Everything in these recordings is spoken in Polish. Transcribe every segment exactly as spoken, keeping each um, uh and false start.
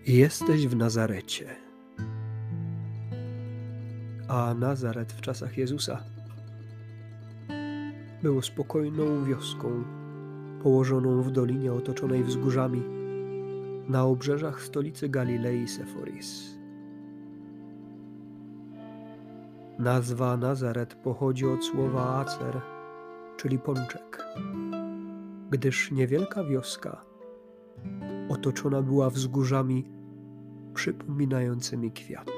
Jesteś w Nazarecie. A Nazaret w czasach Jezusa było spokojną wioską położoną w dolinie otoczonej wzgórzami na obrzeżach stolicy Galilei Seforis. Nazwa Nazaret pochodzi od słowa acer, czyli pączek, gdyż niewielka wioska otoczona była wzgórzami przypominającymi kwiat.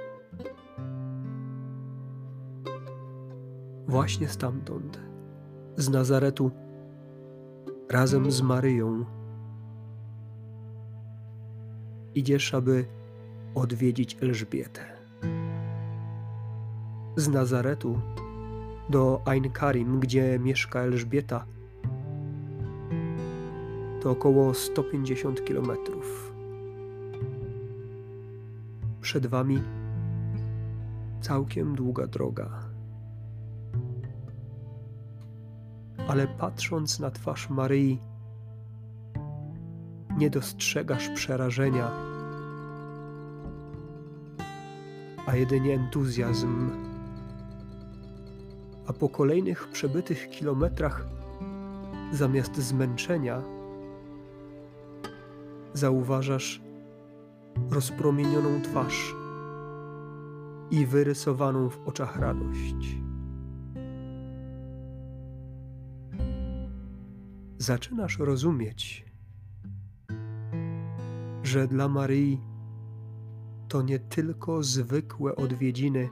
Właśnie stamtąd, z Nazaretu, razem z Maryją idziesz, aby odwiedzić Elżbietę. Z Nazaretu do Ain Karim, gdzie mieszka Elżbieta, to około sto pięćdziesiąt kilometrów. Przed wami całkiem długa droga. Ale patrząc na twarz Maryi, nie dostrzegasz przerażenia, a jedynie entuzjazm. A po kolejnych przebytych kilometrach, zamiast zmęczenia, zauważasz rozpromienioną twarz i wyrysowaną w oczach radość. Zaczynasz rozumieć, że dla Maryi to nie tylko zwykłe odwiedziny,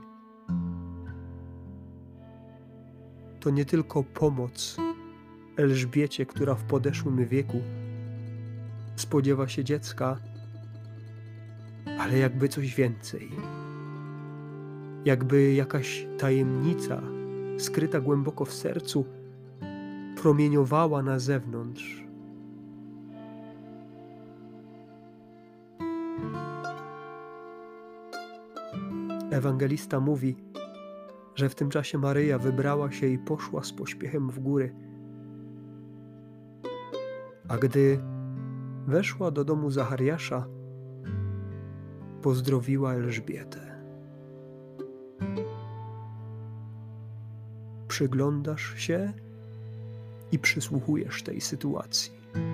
to nie tylko pomoc Elżbiecie, która w podeszłym wieku spodziewa się dziecka, ale jakby coś więcej. Jakby jakaś tajemnica skryta głęboko w sercu promieniowała na zewnątrz. Ewangelista mówi, że w tym czasie Maryja wybrała się i poszła z pośpiechem w góry. A gdy weszła do domu Zachariasza, pozdrowiła Elżbietę. Przyglądasz się i przysłuchujesz tej sytuacji.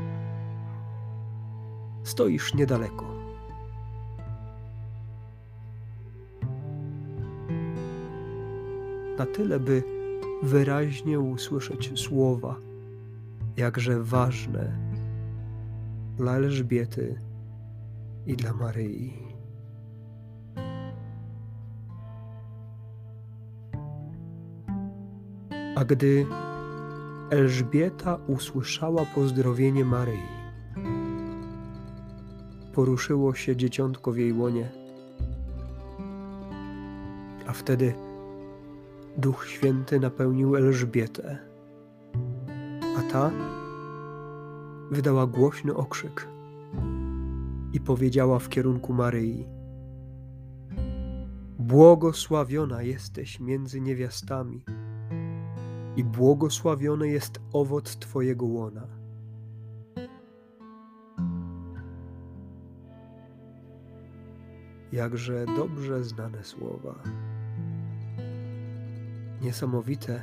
Stoisz niedaleko. Na tyle, by wyraźnie usłyszeć słowa, jakże ważne dla Elżbiety i dla Maryi. A gdy Elżbieta usłyszała pozdrowienie Maryi, poruszyło się dzieciątko w jej łonie, a wtedy Duch Święty napełnił Elżbietę, a ta wydała głośny okrzyk i powiedziała w kierunku Maryi: błogosławiona jesteś między niewiastami i błogosławiony jest owoc Twojego łona. Jakże dobrze znane słowa. Niesamowite,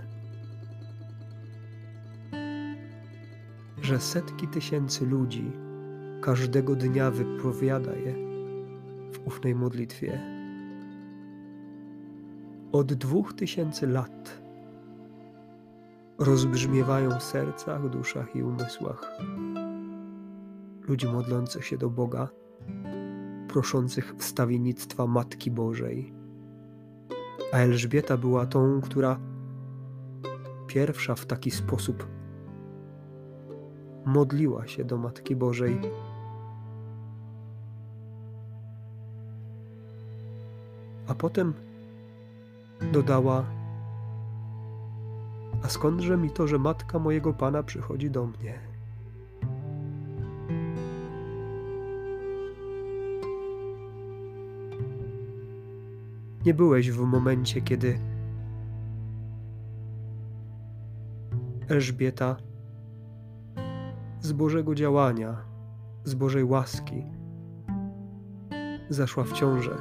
że setki tysięcy ludzi każdego dnia wypowiada je w ufnej modlitwie. Od dwóch tysięcy lat rozbrzmiewają w sercach, duszach i umysłach ludzi modlących się do Boga, proszących wstawiennictwa Matki Bożej. A Elżbieta była tą, która pierwsza w taki sposób modliła się do Matki Bożej. A potem dodała: a skądże mi to, że Matka mojego Pana przychodzi do mnie? Nie byłeś w momencie, kiedy Elżbieta z Bożego działania, z Bożej łaski zaszła w ciążę.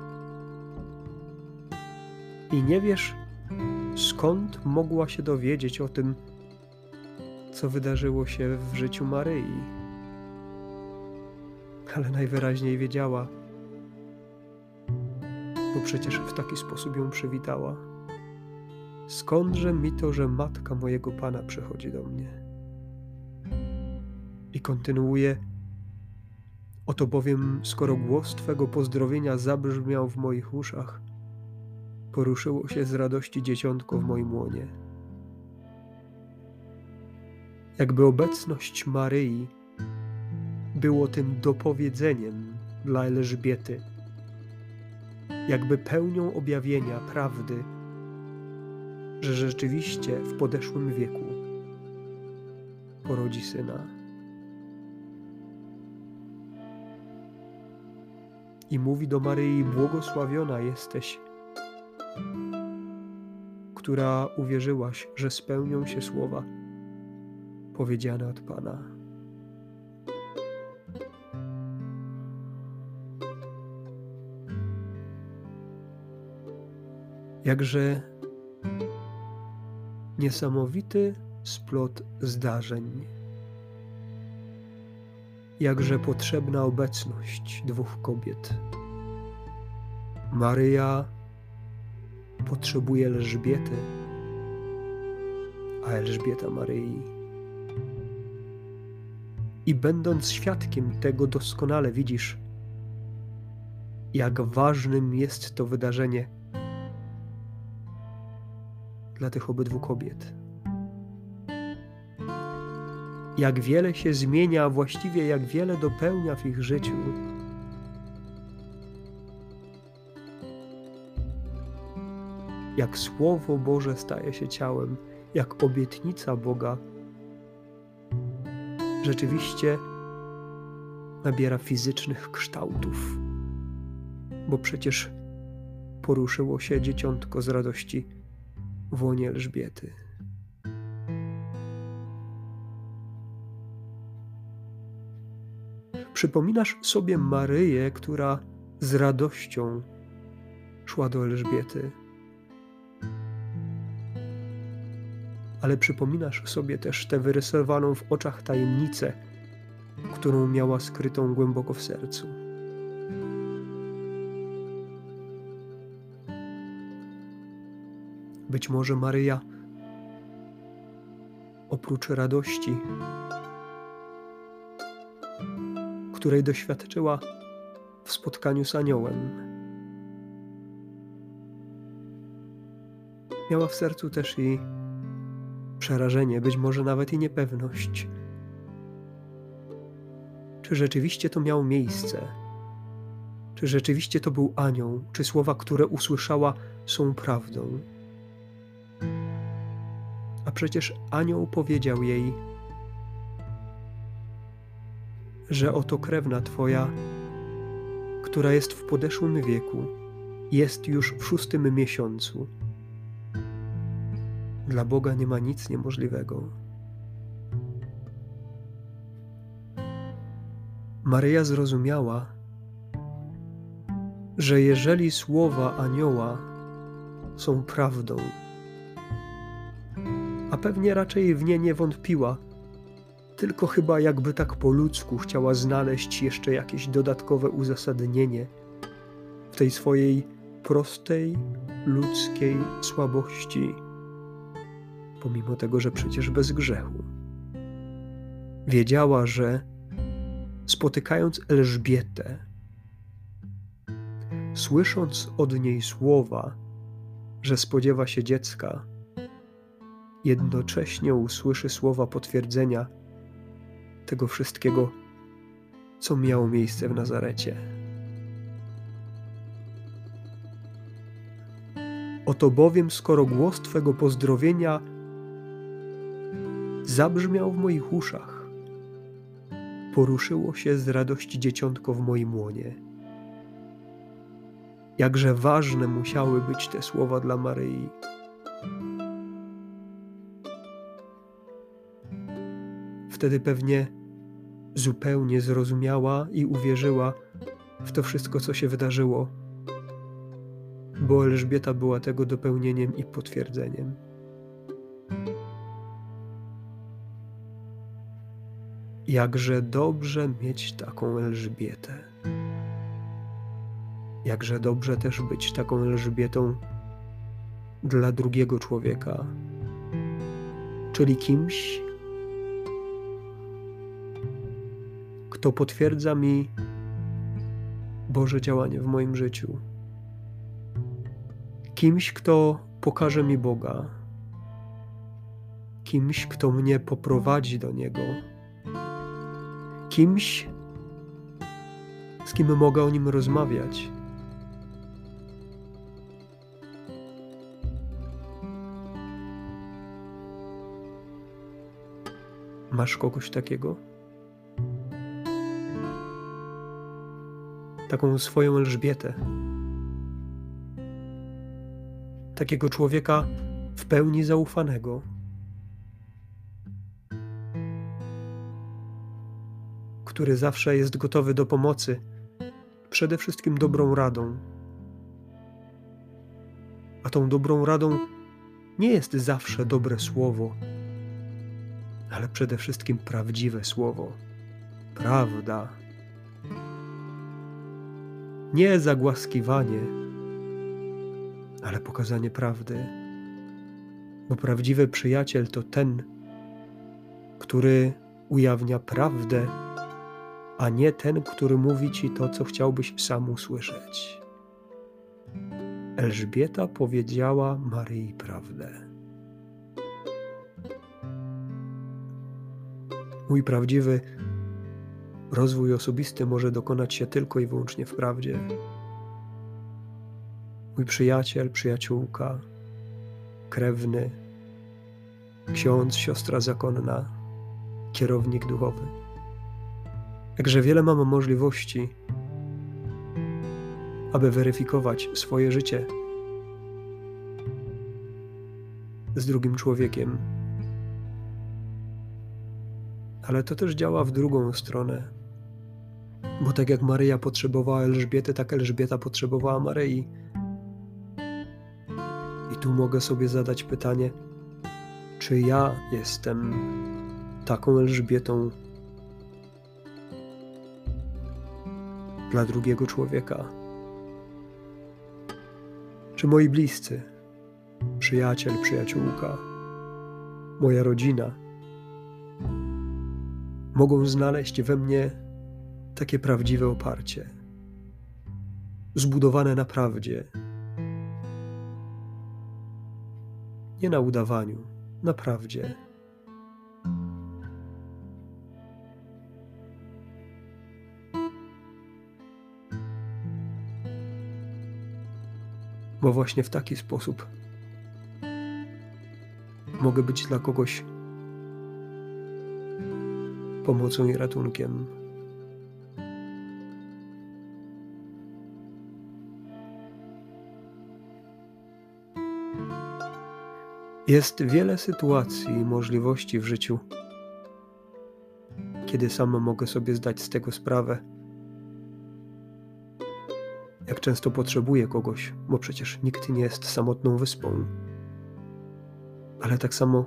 I nie wiesz, skąd mogła się dowiedzieć o tym, co wydarzyło się w życiu Maryi. Ale najwyraźniej wiedziała, bo przecież w taki sposób ją przywitała. Skądże mi to, że matka mojego Pana przychodzi do mnie? I kontynuuje: oto bowiem, skoro głos Twego pozdrowienia zabrzmiał w moich uszach, poruszyło się z radości dzieciątko w moim łonie. Jakby obecność Maryi było tym dopowiedzeniem dla Elżbiety, jakby pełnią objawienia prawdy, że rzeczywiście w podeszłym wieku porodzi syna. I mówi do Maryi: błogosławiona jesteś, która uwierzyłaś, że spełnią się słowa powiedziane od Pana. Jakże niesamowity splot zdarzeń, jakże potrzebna obecność dwóch kobiet. Maryja potrzebuje Elżbiety, a Elżbieta Maryi. I będąc świadkiem tego, doskonale widzisz, jak ważnym jest to wydarzenie dla tych obydwu kobiet. Jak wiele się zmienia, a właściwie jak wiele dopełnia w ich życiu. Jak Słowo Boże staje się ciałem, jak obietnica Boga rzeczywiście nabiera fizycznych kształtów, bo przecież poruszyło się dzieciątko z radości w łonie Elżbiety. Przypominasz sobie Maryję, która z radością szła do Elżbiety. Ale przypominasz sobie też tę wyrysowaną w oczach tajemnicę, którą miała skrytą głęboko w sercu. Być może Maryja, oprócz radości, której doświadczyła w spotkaniu z aniołem, miała w sercu też i przerażenie, być może nawet i niepewność. Czy rzeczywiście to miało miejsce? Czy rzeczywiście to był anioł? Czy słowa, które usłyszała, są prawdą? A przecież anioł powiedział jej, że oto krewna Twoja, która jest w podeszłym wieku, jest już w szóstym miesiącu. Dla Boga nie ma nic niemożliwego. Maryja zrozumiała, że jeżeli słowa anioła są prawdą, a pewnie raczej w nie nie wątpiła, tylko chyba jakby tak po ludzku chciała znaleźć jeszcze jakieś dodatkowe uzasadnienie w tej swojej prostej, ludzkiej słabości, pomimo tego, że przecież bez grzechu. Wiedziała, że spotykając Elżbietę, słysząc od niej słowa, że spodziewa się dziecka, jednocześnie usłyszy słowa potwierdzenia tego wszystkiego, co miało miejsce w Nazarecie. Oto bowiem, skoro głos Twego pozdrowienia zabrzmiał w moich uszach, poruszyło się z radości dzieciątko w moim łonie. Jakże ważne musiały być te słowa dla Maryi. Wtedy pewnie zupełnie zrozumiała i uwierzyła, w to wszystko, co się wydarzyło, bo Elżbieta była tego dopełnieniem i potwierdzeniem. Jakże dobrze mieć taką Elżbietę. Jakże dobrze też być taką Elżbietą dla drugiego człowieka, czyli kimś, kto potwierdza mi Boże działanie w moim życiu. Kimś, kto pokaże mi Boga. Kimś, kto mnie poprowadzi do Niego. Kimś, z kim mogę o Nim rozmawiać. Masz kogoś takiego? Taką swoją Elżbietę. Takiego człowieka w pełni zaufanego. Który zawsze jest gotowy do pomocy, przede wszystkim dobrą radą. A tą dobrą radą nie jest zawsze dobre słowo, ale przede wszystkim prawdziwe słowo. Prawda. Nie zagłaskiwanie, ale pokazanie prawdy. Bo prawdziwy przyjaciel to ten, który ujawnia prawdę, a nie ten, który mówi ci to, co chciałbyś sam usłyszeć. Elżbieta powiedziała Maryi prawdę. Mój prawdziwy rozwój osobisty może dokonać się tylko i wyłącznie w prawdzie. Mój przyjaciel, przyjaciółka, krewny, ksiądz, siostra zakonna, kierownik duchowy. Jakże wiele mam możliwości, aby weryfikować swoje życie z drugim człowiekiem. Ale to też działa w drugą stronę. Bo tak jak Maryja potrzebowała Elżbiety, tak Elżbieta potrzebowała Maryi. I tu mogę sobie zadać pytanie, czy ja jestem taką Elżbietą dla drugiego człowieka? Czy moi bliscy, przyjaciel, przyjaciółka, moja rodzina mogą znaleźć we mnie takie prawdziwe oparcie, zbudowane na prawdzie, nie na udawaniu, na prawdzie. Bo właśnie w taki sposób mogę być dla kogoś pomocą i ratunkiem. Jest wiele sytuacji i możliwości w życiu, kiedy sam mogę sobie zdać z tego sprawę, jak często potrzebuję kogoś, bo przecież nikt nie jest samotną wyspą. Ale tak samo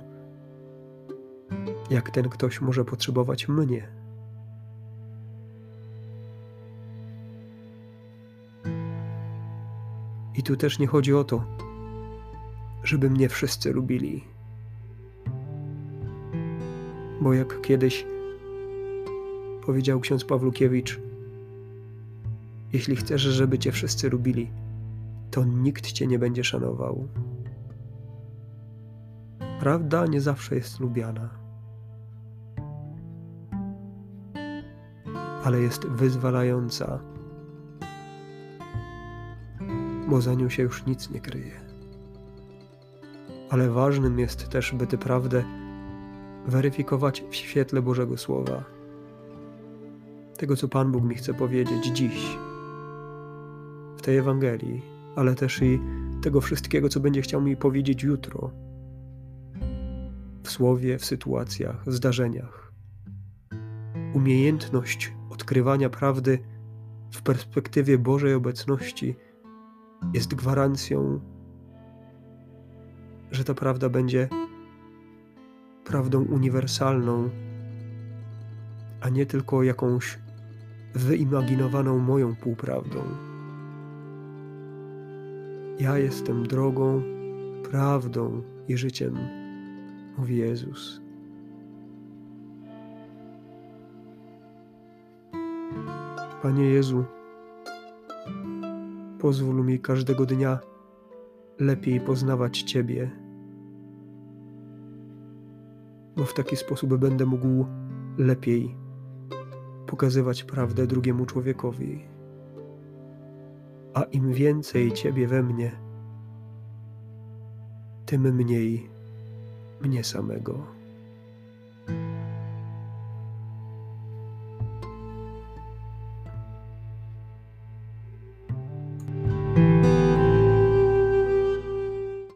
jak ten ktoś może potrzebować mnie. I tu też nie chodzi o to, żeby mnie wszyscy lubili. Bo jak kiedyś powiedział ksiądz Pawlukiewicz, jeśli chcesz, żeby cię wszyscy lubili, to nikt cię nie będzie szanował. Prawda nie zawsze jest lubiana, ale jest wyzwalająca, bo za nią się już nic nie kryje. Ale ważnym jest też, by tę prawdę weryfikować w świetle Bożego Słowa. Tego, co Pan Bóg mi chce powiedzieć dziś, w tej Ewangelii, ale też i tego wszystkiego, co będzie chciał mi powiedzieć jutro, w słowie, w sytuacjach, w zdarzeniach. Umiejętność odkrywania prawdy w perspektywie Bożej obecności jest gwarancją, że ta prawda będzie prawdą uniwersalną, a nie tylko jakąś wyimaginowaną moją półprawdą. Ja jestem drogą, prawdą i życiem, mówi Jezus. Panie Jezu, pozwól mi każdego dnia lepiej poznawać Ciebie, bo w taki sposób będę mógł lepiej pokazywać prawdę drugiemu człowiekowi. A im więcej Ciebie we mnie, tym mniej mnie samego.